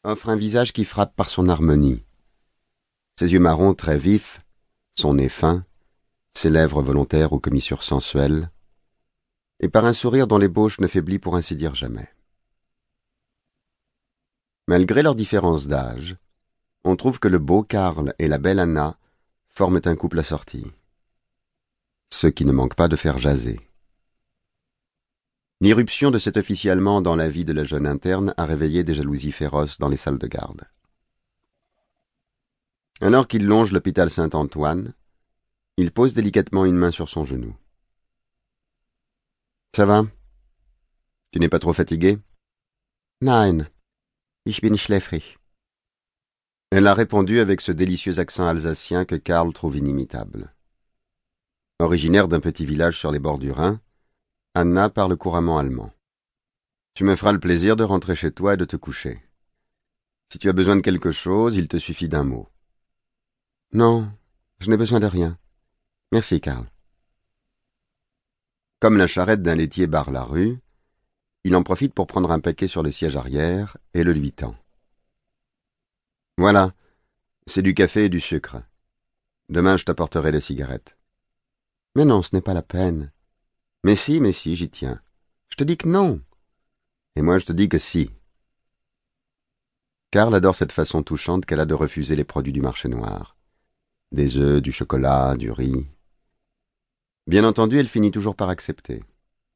offre un visage qui frappe par son harmonie. Ses yeux marrons très vifs, son nez fin, ses lèvres volontaires aux commissures sensuelles, et par un sourire dont l'ébauche ne faiblit pour ainsi dire jamais. Malgré leurs différences d'âge, on trouve que le beau Karl et la belle Anna forment un couple assorti. Ce qui ne manque pas de faire jaser. L'irruption de cet officier allemand dans la vie de la jeune interne a réveillé des jalousies féroces dans les salles de garde. Alors qu'il longe l'hôpital Saint-Antoine, il pose délicatement une main sur son genou. « Ça va? Tu n'es pas trop fatigué ?»« Nein, ich bin schläfrig. » Elle a répondu avec ce délicieux accent alsacien que Karl trouve inimitable. Originaire d'un petit village sur les bords du Rhin, Anna parle couramment allemand. « Tu me feras le plaisir de rentrer chez toi et de te coucher. Si tu as besoin de quelque chose, il te suffit d'un mot. »« Non, je n'ai besoin de rien. Merci, Karl. » Comme la charrette d'un laitier barre la rue, il en profite pour prendre un paquet sur le siège arrière et le lui tend. « Voilà, c'est du café et du sucre. Demain, je t'apporterai des cigarettes. »« Mais non, ce n'est pas la peine. »« Mais si, j'y tiens. Je te dis que non. » « Et moi, je te dis que si. » Karl adore cette façon touchante qu'elle a de refuser les produits du marché noir. Des œufs, du chocolat, du riz. Bien entendu, elle finit toujours par accepter.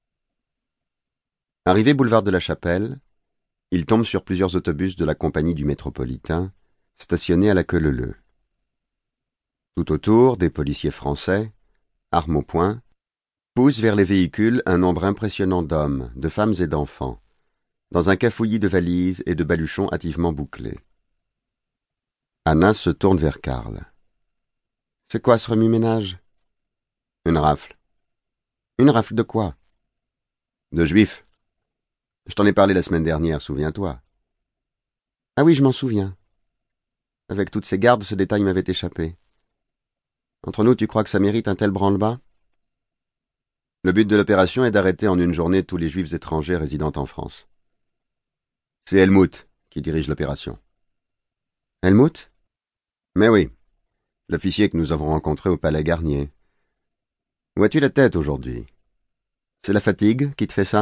Arrivé boulevard de la Chapelle, il tombe sur plusieurs autobus de la compagnie du métropolitain, stationnés à la queue leu-leu. Tout autour, des policiers français, armes au poing, poussent vers les véhicules un nombre impressionnant d'hommes, de femmes et d'enfants, dans un cafouillis de valises et de baluchons hâtivement bouclés. Anna se tourne vers Karl. « C'est quoi ce remue-ménage ?»« Une rafle. »« Une rafle de quoi ?»« De juifs. Je t'en ai parlé la semaine dernière, souviens-toi. »« Ah oui, je m'en souviens. Avec toutes ces gardes, ce détail m'avait échappé. Entre nous, tu crois que ça mérite un tel branle-bas ? Le but de l'opération est d'arrêter en une journée tous les juifs étrangers résidant en France. C'est Helmut qui dirige l'opération. »« Helmut ? » ?»« Mais oui, l'officier que nous avons rencontré au palais Garnier. Où as-tu la tête aujourd'hui ? C'est la fatigue qui te fait ça ? »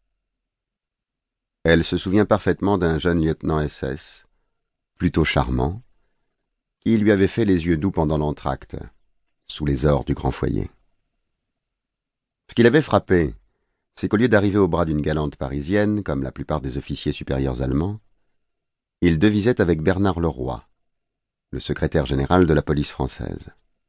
Elle se souvient parfaitement d'un jeune lieutenant SS, plutôt charmant, qui lui avait fait les yeux doux pendant l'entracte, sous les ors du grand foyer. Ce qui l'avait frappé, c'est qu'au lieu d'arriver au bras d'une galante parisienne, comme la plupart des officiers supérieurs allemands, il devisait avec Bernard Leroy, le secrétaire général de la police française.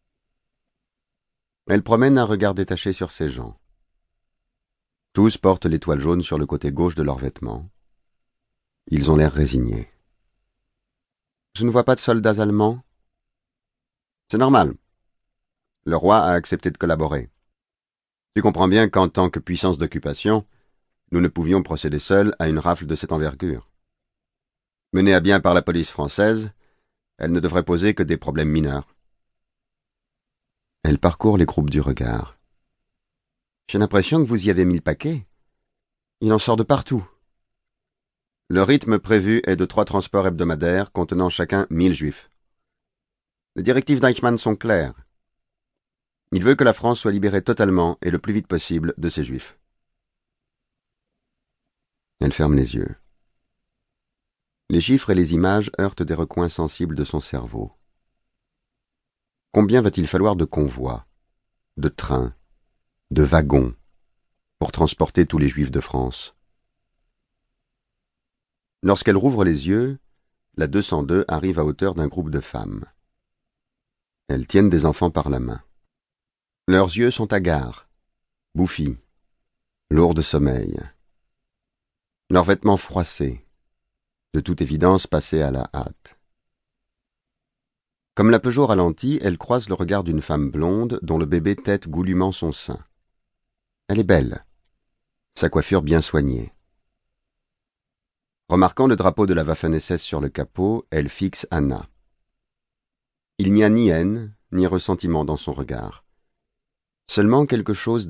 Elle promène un regard détaché sur ses gens. Tous portent l'étoile jaune sur le côté gauche de leurs vêtements. Ils ont l'air résignés. « Je ne vois pas de soldats allemands. »« C'est normal. Le roi a accepté de collaborer. Tu comprends bien qu'en tant que puissance d'occupation, nous ne pouvions procéder seuls à une rafle de cette envergure. Menée à bien par la police française, elle ne devrait poser que des problèmes mineurs. » Elle parcourt les groupes du regard. « J'ai l'impression que vous y avez mis le paquet. Il en sort de partout. » Le rythme prévu est de 3 transports hebdomadaires contenant chacun 1000 juifs. Les directives d'Eichmann sont claires. Il veut que la France soit libérée totalement et le plus vite possible de ses juifs. Elle ferme les yeux. Les chiffres et les images heurtent des recoins sensibles de son cerveau. Combien va-t-il falloir de convois, de trains, de wagons pour transporter tous les juifs de France ? Lorsqu'elle rouvre les yeux, la 202 arrive à hauteur d'un groupe de femmes. Elles tiennent des enfants par la main. Leurs yeux sont hagards, bouffis, lourds de sommeil. Leurs vêtements froissés, de toute évidence passés à la hâte. Comme la Peugeot ralentit, elle croise le regard d'une femme blonde dont le bébé tète goulûment son sein. Elle est belle, sa coiffure bien soignée. Remarquant le drapeau de la Waffen-SS sur le capot, elle fixe Anna. Il n'y a ni haine, ni ressentiment dans son regard. Seulement quelque chose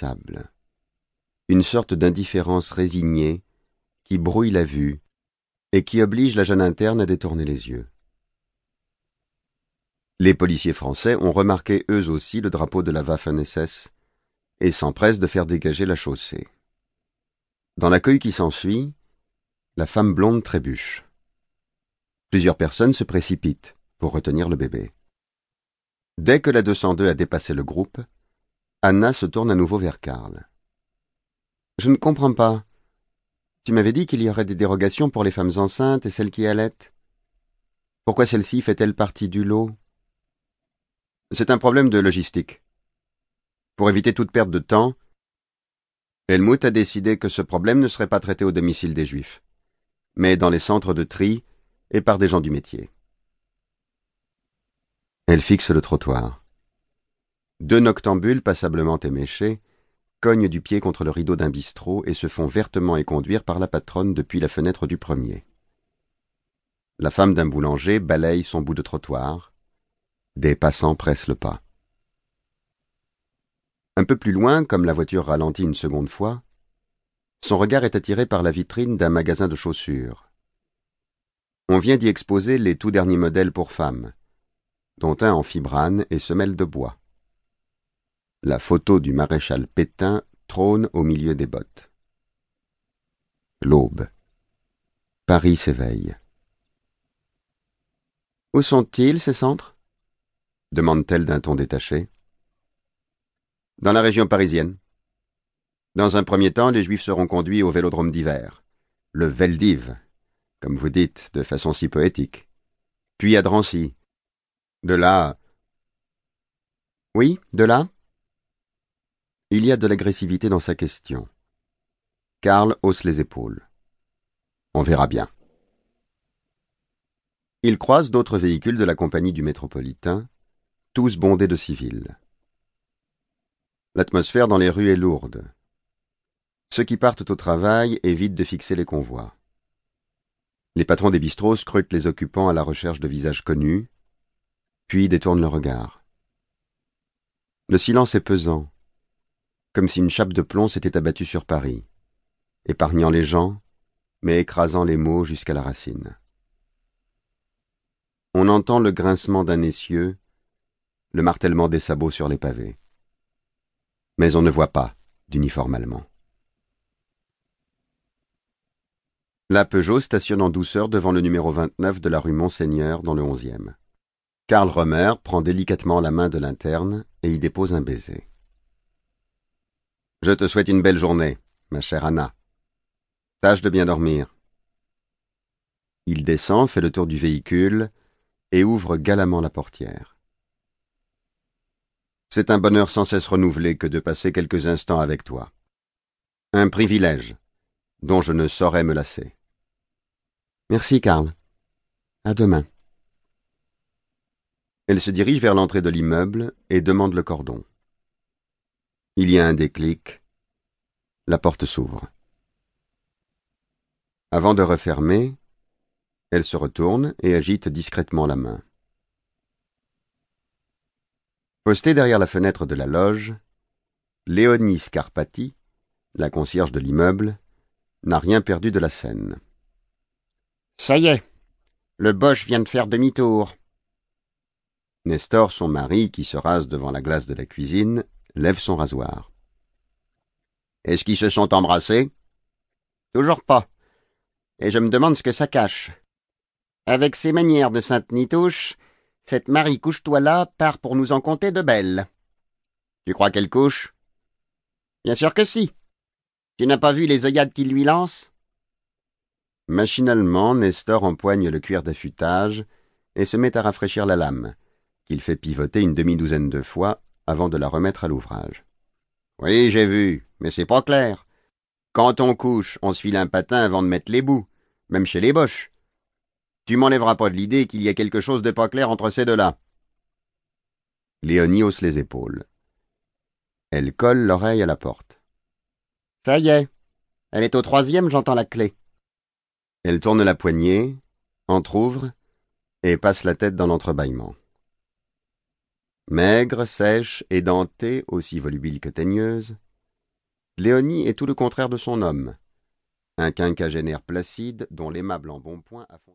d'indéfinissable. Une sorte d'indifférence résignée qui brouille la vue et qui oblige la jeune interne à détourner les yeux. Les policiers français ont remarqué eux aussi le drapeau de la Waffen-SS et s'empressent de faire dégager la chaussée. Dans l'accueil qui s'ensuit, la femme blonde trébuche. Plusieurs personnes se précipitent pour retenir le bébé. Dès que la 202 a dépassé le groupe, Anna se tourne à nouveau vers Karl. « Je ne comprends pas. Tu m'avais dit qu'il y aurait des dérogations pour les femmes enceintes et celles qui allaitent. Pourquoi celle-ci fait-elle partie du lot ? C'est un problème de logistique. Pour éviter toute perte de temps, Helmut a décidé que ce problème ne serait pas traité au domicile des Juifs, mais dans les centres de tri et par des gens du métier. » Elle fixe le trottoir. 2 noctambules passablement éméchés cognent du pied contre le rideau d'un bistrot et se font vertement éconduire par la patronne depuis la fenêtre du premier. La femme d'un boulanger balaye son bout de trottoir. Des passants pressent le pas. Un peu plus loin, comme la voiture ralentit une seconde fois, son regard est attiré par la vitrine d'un magasin de chaussures. On vient d'y exposer les tout derniers modèles pour femmes, dont un en fibrane et semelle de bois. La photo du maréchal Pétain trône au milieu des bottes. L'aube. Paris s'éveille. « Où sont-ils, ces centres ?» demande-t-elle d'un ton détaché. « Dans la région parisienne. Dans un premier temps, les Juifs seront conduits au vélodrome d'hiver, le Veldiv, comme vous dites, de façon si poétique. Puis à Drancy. De là... » « Oui, de là ?» Il y a de l'agressivité dans sa question. Karl hausse les épaules. « On verra bien. » Il croise d'autres véhicules de la compagnie du Métropolitain, tous bondés de civils. L'atmosphère dans les rues est lourde. Ceux qui partent au travail évitent de fixer les convois. Les patrons des bistrots scrutent les occupants à la recherche de visages connus, puis détournent le regard. Le silence est pesant, comme si une chape de plomb s'était abattue sur Paris, épargnant les gens, mais écrasant les mots jusqu'à la racine. On entend le grincement d'un essieu, le martèlement des sabots sur les pavés. Mais on ne voit pas d'uniforme allemand. La Peugeot stationne en douceur devant le numéro 29 de la rue Monseigneur dans le 11e. Karl Römer prend délicatement la main de l'interne et y dépose un baiser. « Je te souhaite une belle journée, ma chère Anna. Tâche de bien dormir. » Il descend, fait le tour du véhicule et ouvre galamment la portière. « C'est un bonheur sans cesse renouvelé que de passer quelques instants avec toi. Un privilège dont je ne saurais me lasser. » « Merci, Karl. À demain. » Elle se dirige vers l'entrée de l'immeuble et demande le cordon. Il y a un déclic. La porte s'ouvre. Avant de refermer, elle se retourne et agite discrètement la main. Postée derrière la fenêtre de la loge, Léonie Scarpati, la concierge de l'immeuble, n'a rien perdu de la scène. « Ça y est, le Boche vient de faire demi-tour. » Nestor, son mari, qui se rase devant la glace de la cuisine, lève son rasoir. « Est-ce qu'ils se sont embrassés ?»« Toujours pas. Et je me demande ce que ça cache. Avec ses manières de Sainte-Nitouche, cette Marie couche-toi-là part pour nous en conter de belles. Tu crois qu'elle couche ? Bien sûr que si. Tu n'as pas vu les œillades qu'il lui lance ? » Machinalement, Nestor empoigne le cuir d'affûtage et se met à rafraîchir la lame, qu'il fait pivoter une demi-douzaine de fois avant de la remettre à l'ouvrage. « Oui, j'ai vu, mais c'est pas clair. Quand on couche, on se file un patin avant de mettre les bouts, même chez les Boches. Tu m'enlèveras pas de l'idée qu'il y a quelque chose de pas clair entre ces deux-là. » Léonie hausse les épaules. Elle colle l'oreille à la porte. « Ça y est, elle est au 3e, j'entends la clé. » Elle tourne la poignée, entr'ouvre et passe la tête dans l'entrebâillement. Maigre, sèche, édentée, aussi volubile que teigneuse, Léonie est tout le contraire de son homme. Un quinquagénaire placide dont l'aimable embonpoint a fondé